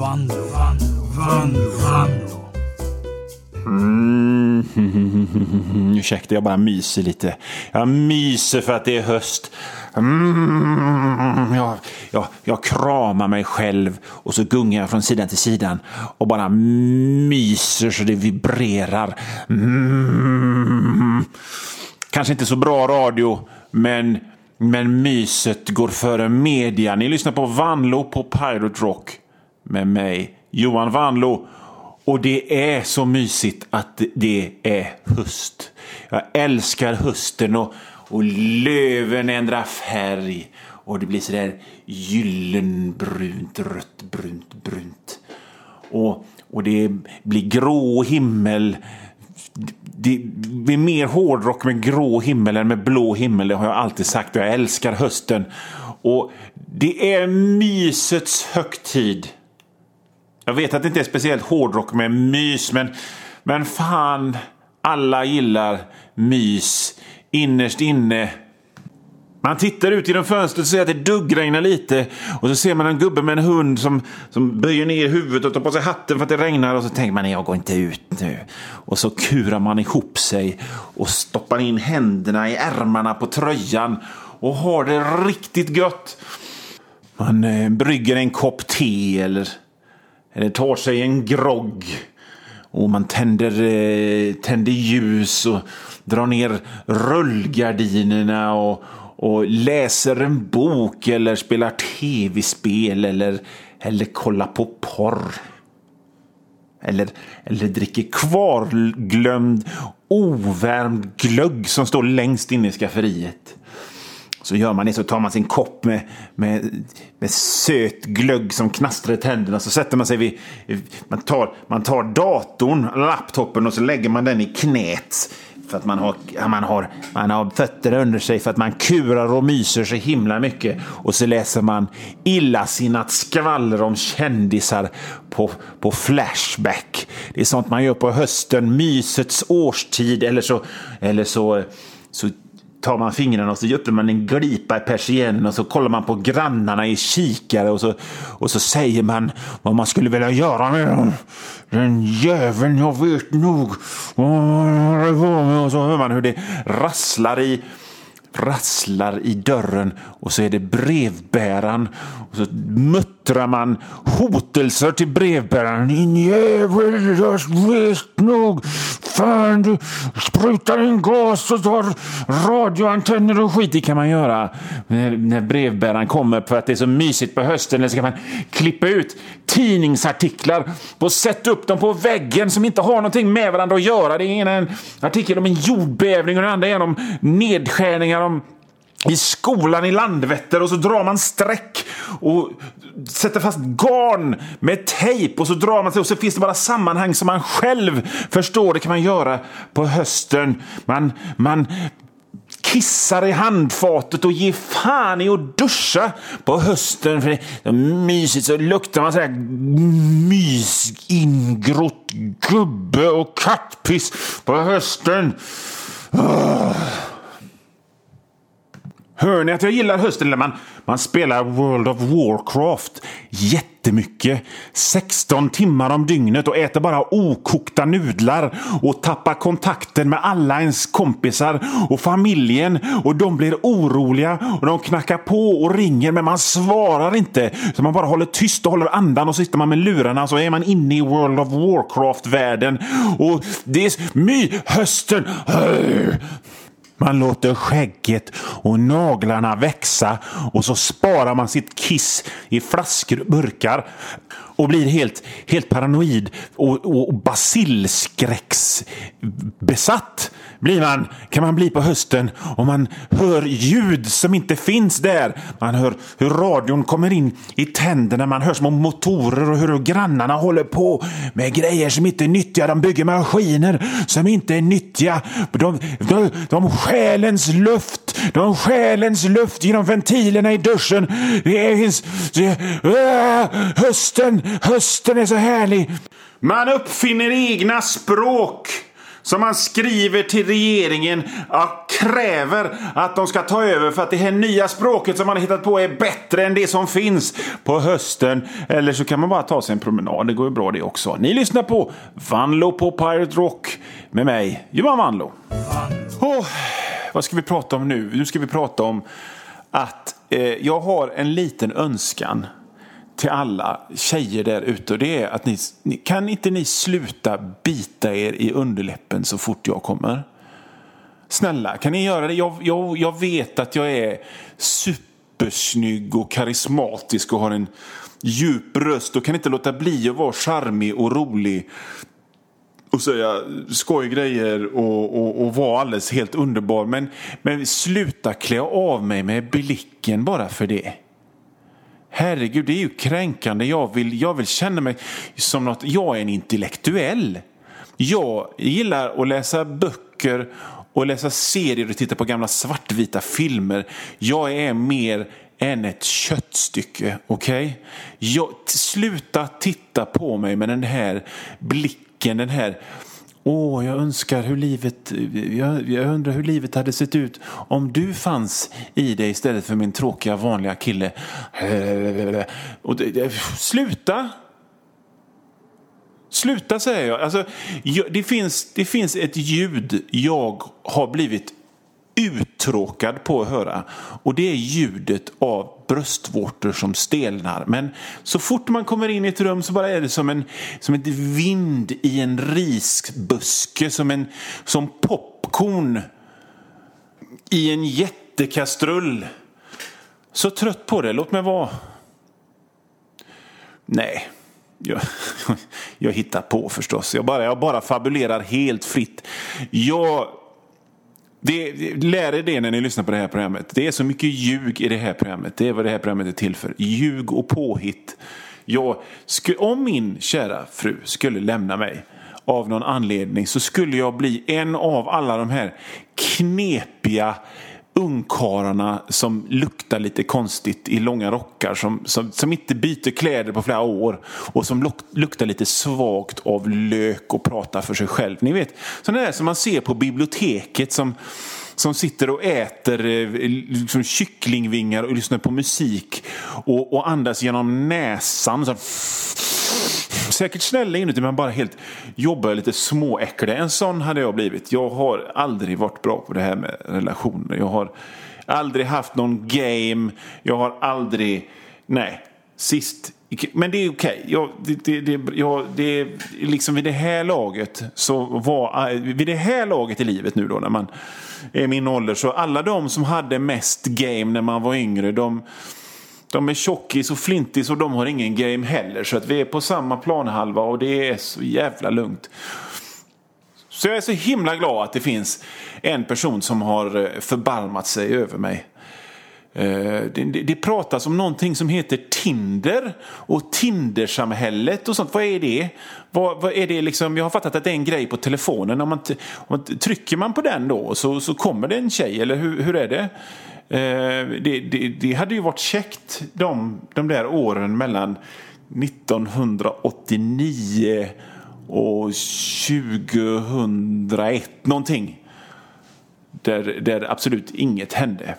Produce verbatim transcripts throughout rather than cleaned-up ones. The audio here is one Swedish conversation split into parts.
Vanlo, Vanlo, Vanlo, Vanlo. Mm. Ursäkta, jag bara myser lite. Jag myser för att det är höst. Mm. Jag, jag, jag kramar mig själv och så gungar jag från sidan till sidan och bara myser så det vibrerar. Mm. Kanske inte så bra radio, men, men myset går före media. Ni lyssnar på Vanlo på Pirate Rock med mig, Johan Vanlo. Och det är så mysigt att det är höst. Jag älskar hösten och, och löven ändrar färg. Och det blir så där gyllenbrunt, rött, brunt, brunt. Och, och det blir grå himmel. Det blir mer hårdrock med grå himmel än med blå himmel. Det har jag alltid sagt. Jag älskar hösten. Och det är mysets högtid. Jag vet att det inte är speciellt hårdrock med mys, men, men fan, alla gillar mys innerst inne. Man tittar ut genom fönstret och ser att det duggregnar lite. Och så ser man en gubbe med en hund som, som böjer ner huvudet och tar på sig hatten för att det regnar. Och så tänker man, nej, jag går inte ut nu. Och så kurar man ihop sig och stoppar in händerna i ärmarna på tröjan och har det riktigt gött. Man eh, brygger en kopp te eller... Eller tar sig en grogg och man tänder, eh, tänder ljus och drar ner rullgardinerna och, och läser en bok eller spelar tv-spel eller, eller kollar på porr. Eller, eller dricker kvarglömd ovärmd glögg som står längst inne i skafferiet. Så gör man det, så tar man sin kopp med, med, med söt glögg som knastrar i tänderna. Så sätter man sig vid, man tar, man tar datorn, laptopen och så lägger man den i knät. För att man har, man, har, man har fötter under sig för att man kurar och myser så himla mycket. Och så läser man illasinnat skvaller om kändisar på, på Flashback. Det är sånt man gör på hösten, mysets årstid. Eller så... Eller så, så tar man fingrarna och så öppnar man en glipa i persiennen och så kollar man på grannarna i kikare och så, och så säger man vad man skulle vilja göra med dem. Den jäveln, jag vet nog. Och så hör man hur det rasslar i rasslar i dörren och så är det brevbäraren och så muttrar man hotelser till brevbäraren. Din jävel, jag vet nog. Fan, du sprutar en gas och tar radioantenner och skit. Det kan man göra när, när brevbäraren kommer för att det är så mysigt på hösten. Eller så kan man klippa ut tidningsartiklar och sätta upp dem på väggen som inte har någonting med varandra att göra. Det är en artikel om en jordbävning och den andra är om nedskärningar om i skolan i Landvetter och så drar man streck och sätter fast garn med tejp och så drar man sig och så finns det bara sammanhang som man själv förstår. Det kan man göra på hösten. Man, man kissar i handfatet och ger fan i att duscha på hösten för det är mysigt, så luktar man så här mys ingrott gubbe och kattpiss på hösten. Oh. Hör ni att jag gillar hösten när man, man spelar World of Warcraft jättemycket. sexton timmar om dygnet och äter bara okokta nudlar och tappar kontakten med alla ens kompisar och familjen. Och de blir oroliga och de knackar på och ringer men man svarar inte. Så man bara håller tyst och håller andan och sitter man med lurarna så är man inne i World of Warcraft-världen. Och det är my hösten. Man låter skägget och naglarna växa och så sparar man sitt kiss i flaskor och burkar och blir helt, helt paranoid och, och, och basilskräcksbesatt blir man, kan man bli på hösten och man hör ljud som inte finns där. Man hör hur radion kommer in i tänderna, man hör små motorer och hur grannarna håller på med grejer som inte är nyttiga. De bygger maskiner som inte är nyttiga. De, de, de själens luft, de själens luft genom ventilerna i duschen. Det finns det, äh, hösten, hösten är så härlig. Man uppfinner egna språk som man skriver till regeringen och kräver att de ska ta över för att det här nya språket som man har hittat på är bättre än det som finns på hösten. Eller så kan man bara ta sig en promenad, det går ju bra det också. Ni lyssnar på Vanlo på Pirate Rock med mig, Johan Vanlo. Oh, vad ska vi prata om nu? Nu ska vi prata om att eh, jag har en liten önskan till alla tjejer där ute, och det är att ni, ni kan inte ni sluta bita er i underläppen så fort jag kommer? Snälla, kan ni göra det? Jag, jag, jag vet att jag är supersnygg och karismatisk och har en djup röst och kan inte låta bli att vara charmig och rolig och säga skojgrejer och, och, och vara alldeles helt underbar. Men, men sluta klä av mig med blicken bara för det. Herregud, det är ju kränkande. Jag vill, jag vill känna mig som något. Jag är en intellektuell. Jag gillar att läsa böcker och läsa serier och titta på gamla svartvita filmer. Jag är mer än ett köttstycke, okej? Okay? Sluta titta på mig med den här blicken, den här... Åh, oh, jag önskar hur livet... Jag, jag undrar hur livet hade sett ut om du fanns i det istället för min tråkiga vanliga kille. Och det, det, sluta! Sluta, säger jag. Alltså, jag, det, finns, det finns ett ljud jag har blivit uttråkad på att höra. Och det är ljudet av bröstvårtor som stelnar. Men så fort man kommer in i ett rum så bara är det som en som ett vind i en risbuske, som en som popcorn i en jättekastrull. Så trött på det, låt mig vara. Nej. Jag, jag hittar på förstås. Jag bara jag bara fabulerar helt fritt. Jag Det, lär er det när ni lyssnar på det här programmet. Det är så mycket ljug i det här programmet. Det är vad det här programmet är till för. Ljug och påhitt. Jag skulle, om min kära fru skulle lämna mig av någon anledning, så skulle jag bli en av alla de här knepiga ungkarlarna som luktar lite konstigt i långa rockar, som, som, som inte byter kläder på flera år och som luk, luktar lite svagt av lök och pratar för sig själv. Ni vet, sådana där som man ser på biblioteket som, som sitter och äter liksom kycklingvingar och lyssnar på musik och, och andas genom näsan så säkert snälla inuti, men bara helt jobbar lite småäcklig. En sån hade jag blivit. Jag har aldrig varit bra på det här med relationer. Jag har aldrig haft någon game. Jag har aldrig... Nej, sist... Men det är okej. Jag, det, det, det, jag, det är liksom vid det här laget så var... Vid det här laget i livet nu då, när man är min ålder, så alla de som hade mest game när man var yngre, de... De är tjockis och flintis och de har ingen game heller. Så att vi är på samma planhalva och det är så jävla lugnt. Så jag är så himla glad att det finns en person som har förbarmat sig över mig. Det, det, det pratas om någonting som heter Tinder och Tindersamhället och sånt. Vad är det? Vad, vad är det liksom? Jag har fattat att det är en grej på telefonen. Om man, om man trycker man på den då så, så kommer det en tjej, eller hur, hur är det? Eh, det, det, det hade ju varit käckt de, de där åren mellan nittonhundraåttionio och tjugohundraett någonting, där, där absolut inget hände.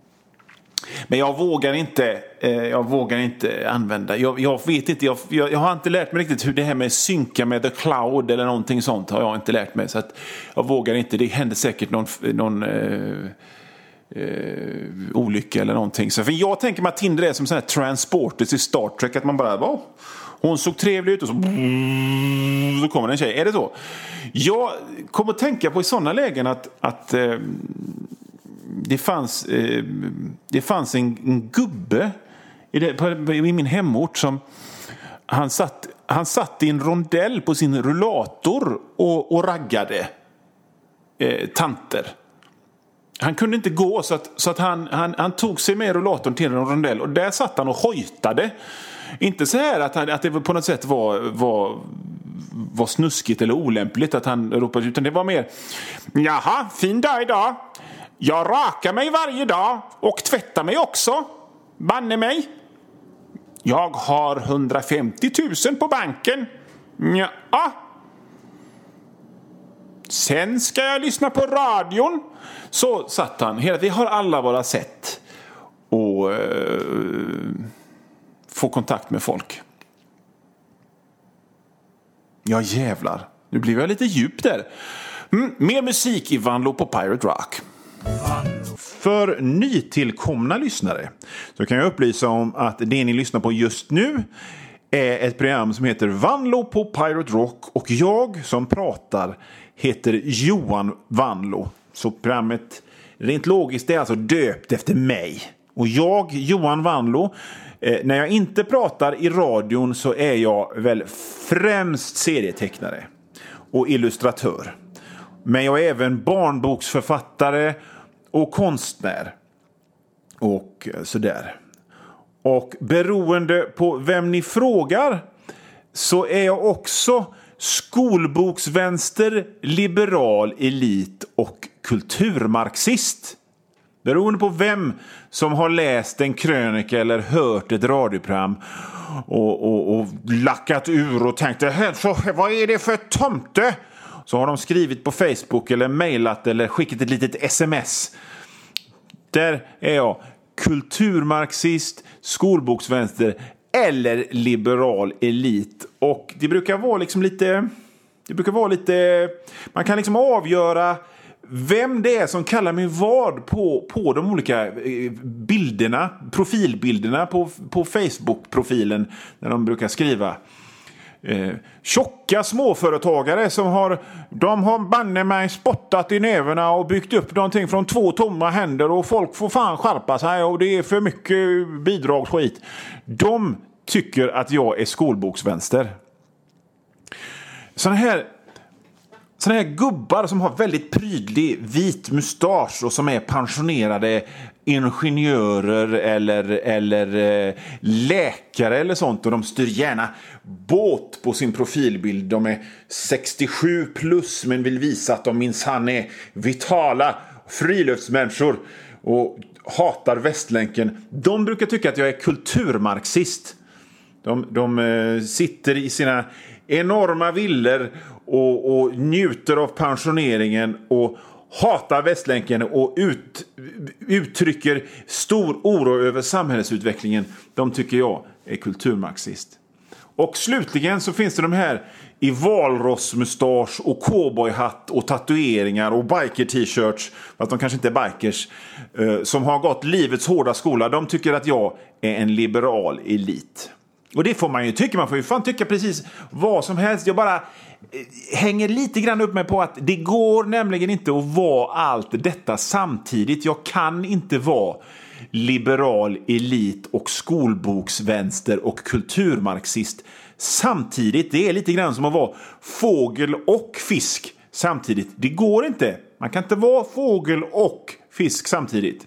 Men jag vågar inte eh, jag vågar inte använda jag, jag vet inte, jag, jag, jag har inte lärt mig riktigt hur det här med synka med the cloud eller någonting sånt har jag inte lärt mig, så att jag vågar inte. Det händer säkert någon, någon eh, Uh, olycka eller någonting. Så för jag tänker mig att Tinder är som sån här transporters i Star Trek, att man bara, va? Hon såg trevlig ut och så, så kommer en tjej. Är det så? Jag kommer att tänka på i sådana lägen att, att uh, det fanns uh, det fanns en, en gubbe i, det, på, i min hemort som han satt, han satt i en rondell på sin rullator och, och raggade uh, tanter. Han kunde inte gå, så att, så att han, han, han tog sig med rullatorn till en rondell och där satt han och hojtade. Inte så här att, han, att det på något sätt var, var, var snuskigt eller olämpligt att han ropade, utan det var mer: jaha, fin dag idag. Jag rakar mig varje dag och tvättar mig också. Banne mig. Jag har hundrafemtio tusen på banken. Ja. Sen ska jag lyssna på radion. Så satt han. Vi har alla våra sätt och eh, få kontakt med folk. Ja jävlar. Nu blir jag lite djup där. Mm, mer musik i Vanlo på Pirate Rock. För nytillkomna lyssnare så kan jag upplysa om att det ni lyssnar på just nu är ett program som heter Vanlo på Pirate Rock. Och jag som pratar heter Johan Vanlo. Så programmet rent logiskt är alltså döpt efter mig. Och jag, Johan Vanlo, eh, när jag inte pratar i radion så är jag väl främst serietecknare och illustratör. Men jag är även barnboksförfattare och konstnär. Och sådär. Och beroende på vem ni frågar så är jag också skolboksvänster, liberal, elit och kulturmarxist. Beroende på vem som har läst en krönika eller hört ett radioprogram och, och, och lackat ur och tänkt så, vad är det för tomte? Så har de skrivit på Facebook eller mejlat eller skickat ett litet sms. Där är jag kulturmarxist, skolboksvänster eller liberal elit. Och det brukar vara liksom lite... Det brukar vara lite... Man kan liksom avgöra vem det är som kallar mig vad på, på de olika bilderna, profilbilderna på, på Facebook-profilen när de brukar skriva. Eh, tjocka småföretagare som har de har banne mig spottat i näverna och byggt upp någonting från två tomma händer och folk får fan skärpa sig och det är för mycket bidragsskit. De tycker att jag är skolboksvänster. Såna här Såna här gubbar som har väldigt prydlig vit mustasch och som är pensionerade ingenjörer eller, eller eh, läkare eller sånt. Och de styr gärna båt på sin profilbild. De är sextiosju plus men vill visa att de minsann är vitala friluftsmänniskor och hatar västlänken. De brukar tycka att jag är kulturmarxist. De, de eh, sitter i sina enorma villor och, och njuter av pensioneringen och hatar västlänken och ut, uttrycker stor oro över samhällsutvecklingen. De tycker jag är kulturmarxist. Och slutligen så finns det de här i valrossmustasch och cowboyhatt och tatueringar och biker-t-shirts, fast de kanske inte är bikers, som har gått livets hårda skola. De tycker att jag är en liberal elit. Och det får man ju tycka. Man får ju fan tycka precis vad som helst. Jag bara hänger lite grann upp mig på att det går nämligen inte att vara allt detta samtidigt. Jag kan inte vara liberal elit och skolboksvänster och kulturmarxist samtidigt. Det är lite grann som att vara fågel och fisk samtidigt. Det går inte. Man kan inte vara fågel och fisk samtidigt.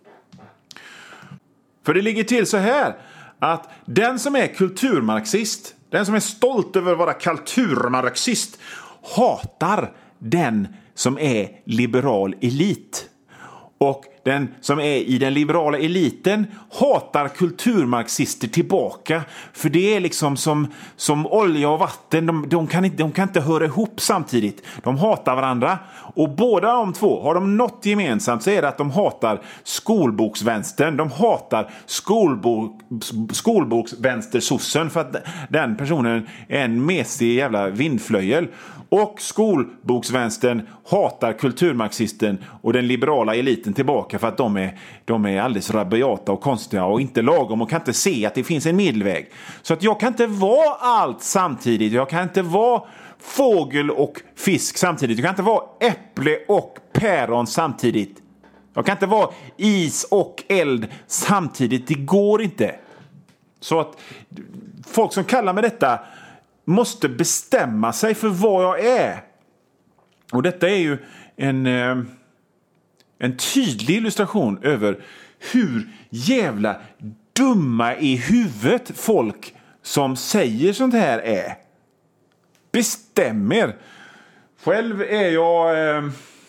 För det ligger till så här att den som är kulturmarxist, den som är stolt över att vara kulturmarxist, hatar den som är liberal elit. Och den som är i den liberala eliten hatar kulturmarxister tillbaka. För det är liksom som, som olja och vatten. De, de, kan inte, de kan inte höra ihop samtidigt. De hatar varandra. Och båda de två, har de något gemensamt så är det att de hatar skolboksvänstern. De hatar skolbok, skolboksvänstersossen för att den personen är en mesig jävla vindflöjel. Och skolboksvänstern hatar kulturmarxisten och den liberala eliten tillbaka för att de är, de är alldeles rabiata och konstiga och inte lagom och kan inte se att det finns en medelväg. Så att jag kan inte vara allt samtidigt. Jag kan inte vara fågel och fisk samtidigt. Jag kan inte vara äpple och päron samtidigt. Jag kan inte vara is och eld samtidigt. Det går inte. Så att folk som kallar mig detta måste bestämma sig för vad jag är. Och detta är ju en, en tydlig illustration över hur jävla dumma i huvudet folk som säger sånt här är. Bestämmer. Själv är jag... Eh,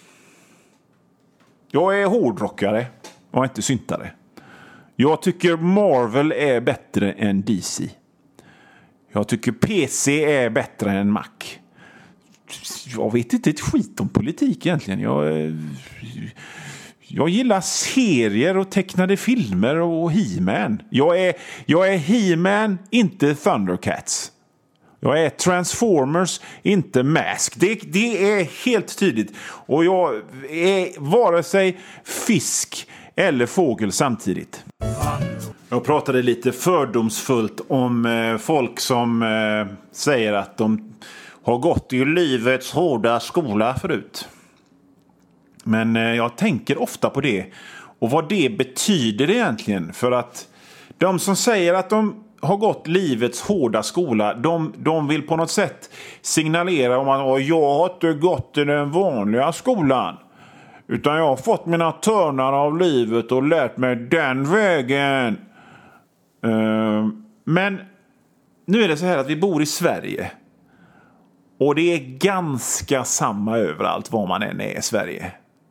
jag är hårdrockare och inte syntare. Jag tycker Marvel är bättre än D C. Jag tycker P C är bättre än Mac. jag vet inte ett skit om politik egentligen. Jag, jag gillar serier och tecknade filmer och He-Man. Jag är, jag är He-Man, inte Thundercats. Jag är Transformers, inte Mask. Det, det är helt tydligt. Och jag är vare sig fisk eller fågel samtidigt. Jag pratade lite fördomsfullt om eh, folk som eh, säger att de har gått i livets hårda skola förut. Men eh, jag tänker ofta på det. Och vad det betyder egentligen. För att de som säger att de har gått livets hårda skola, de, de vill på något sätt signalera om att jag har inte gått i den vanliga skolan. Utan jag har fått mina törnar av livet och lärt mig den vägen. Uh, men nu är det så här att vi bor i Sverige. Och det är ganska samma överallt var man än är i Sverige.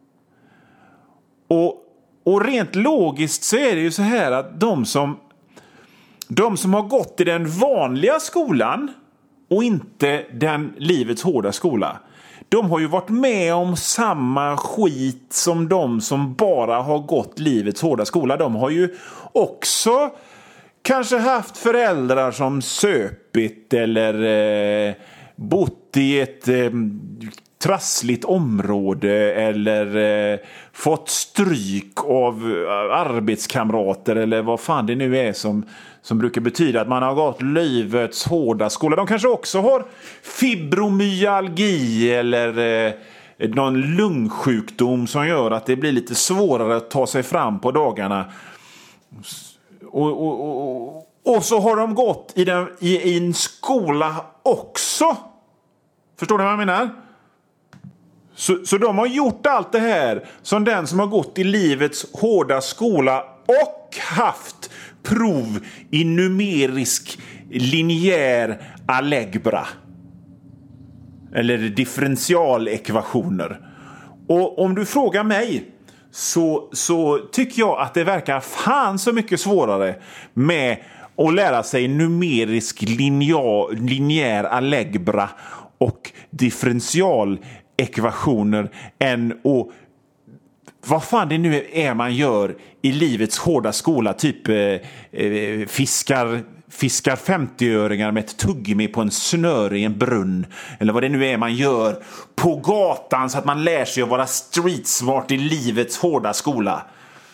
Och, och rent logiskt så är det ju så här att de som, de som har gått i den vanliga skolan och inte den livets hårda skola, de har ju varit med om samma skit som de som bara har gått livets hårda skola. De har ju också kanske haft föräldrar som söpit eller eh, bott i ett eh, trassligt område eller eh, fått stryk av arbetskamrater eller vad fan det nu är som, som brukar betyda att man har gått livets hårda skola. De kanske också har fibromyalgi eller eh, någon lungsjukdom som gör att det blir lite svårare att ta sig fram på dagarna. Och, och, och, och så har de gått i, den, i, i en skola också. Förstår ni vad jag menar? Så, så de har gjort allt det här som den som har gått i livets hårda skola och haft prov i numerisk linjär algebra. Eller differentialekvationer. Och om du frågar mig så, så tycker jag att det verkar fan så mycket svårare med att lära sig numerisk linjär, linjär algebra och differentialekvationer än att vad fan det nu är man gör i livets hårda skola, typ eh, eh, fiskar fiskar femtioöringar med ett tuggummi på en snöre i en brunn, eller vad det nu är man gör på gatan så att man lär sig att vara street smart i livets hårda skola.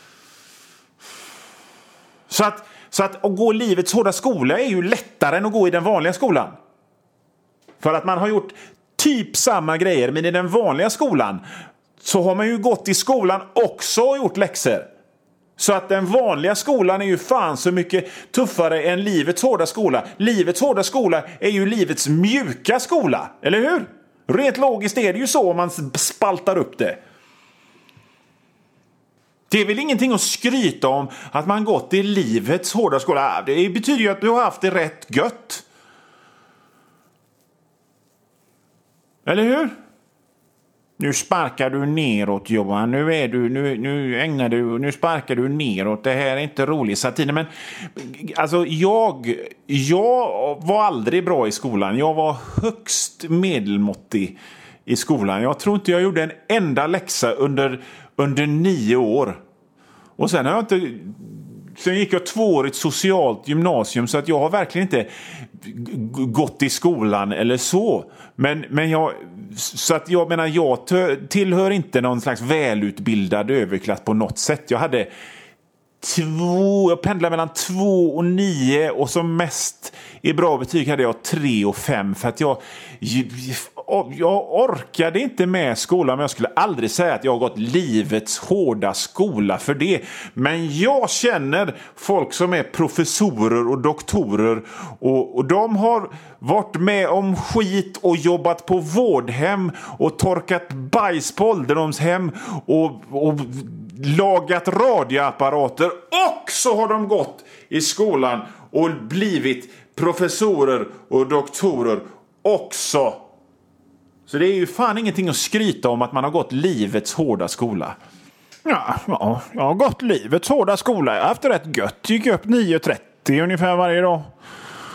Så att, så att att gå livets hårda skola är ju lättare än att gå i den vanliga skolan. För att man har gjort typ samma grejer, men i den vanliga skolan så har man ju gått i skolan också och gjort läxor. Så att den vanliga skolan är ju fan så mycket tuffare än livets hårda skola. Livets hårda skola är ju livets mjuka skola, eller hur? Rent logiskt är det ju så om man spaltar upp det. Det är väl ingenting att skryta om att man gått i livets hårda skola. Det betyder ju att du har haft det rätt gött. Eller hur? Nu sparkar du neråt, Johan. Nu är du nu nu ägnar du nu sparkar du neråt. Det här är inte rolig satir, men alltså jag jag var aldrig bra i skolan. Jag var högst medelmåttig i skolan. Jag tror inte jag gjorde en enda läxa under under nio år. Och sen har jag inte Sen gick jag tvåårigt socialt gymnasium, så att jag har verkligen inte gått i skolan eller så. Men, men jag, så att jag menar, jag tillhör inte någon slags välutbildad överklass på något sätt. Jag hade två, jag pendlade mellan två och nio, och som mest i bra betyg hade jag tre och fem, för att jag jag orkade inte med skolan, men jag skulle aldrig säga att jag har gått livets hårda skola för det. Men jag känner folk som är professorer och doktorer, och, och de har varit med om skit och jobbat på vårdhem och torkat bajs på ålderdomshem och, och lagat radioapparater, och så har de gått i skolan och blivit professorer och doktorer också. Så det är ju fan ingenting att skryta om att man har gått livets hårda skola. Ja, ja, jag har gått livets hårda skola. Jag har haft rätt gött. Gick upp nio trettio ungefär varje dag.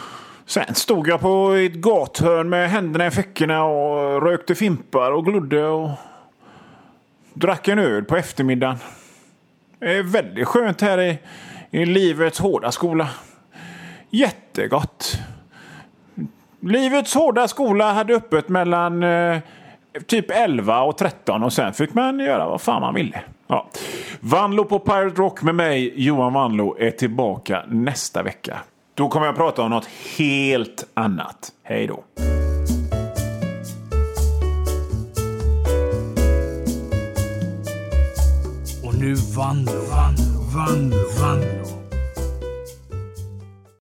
Sen stod jag på ett gathörn med händerna i fickorna och rökte fimpar och glodde och drack en öl på eftermiddagen. Det är väldigt skönt här i, i livets hårda skola. Jättegott. Livets hårda skola hade öppet mellan eh, typ elva och tretton och sen fick man göra vad fan man ville. Ja. Vanlo på Pirate Rock med mig, Johan Vanlo, är tillbaka nästa vecka. Då kommer jag prata om något helt annat. Hej då. Och nu Vanlo, Vanlo, Vanlo, Vanlo.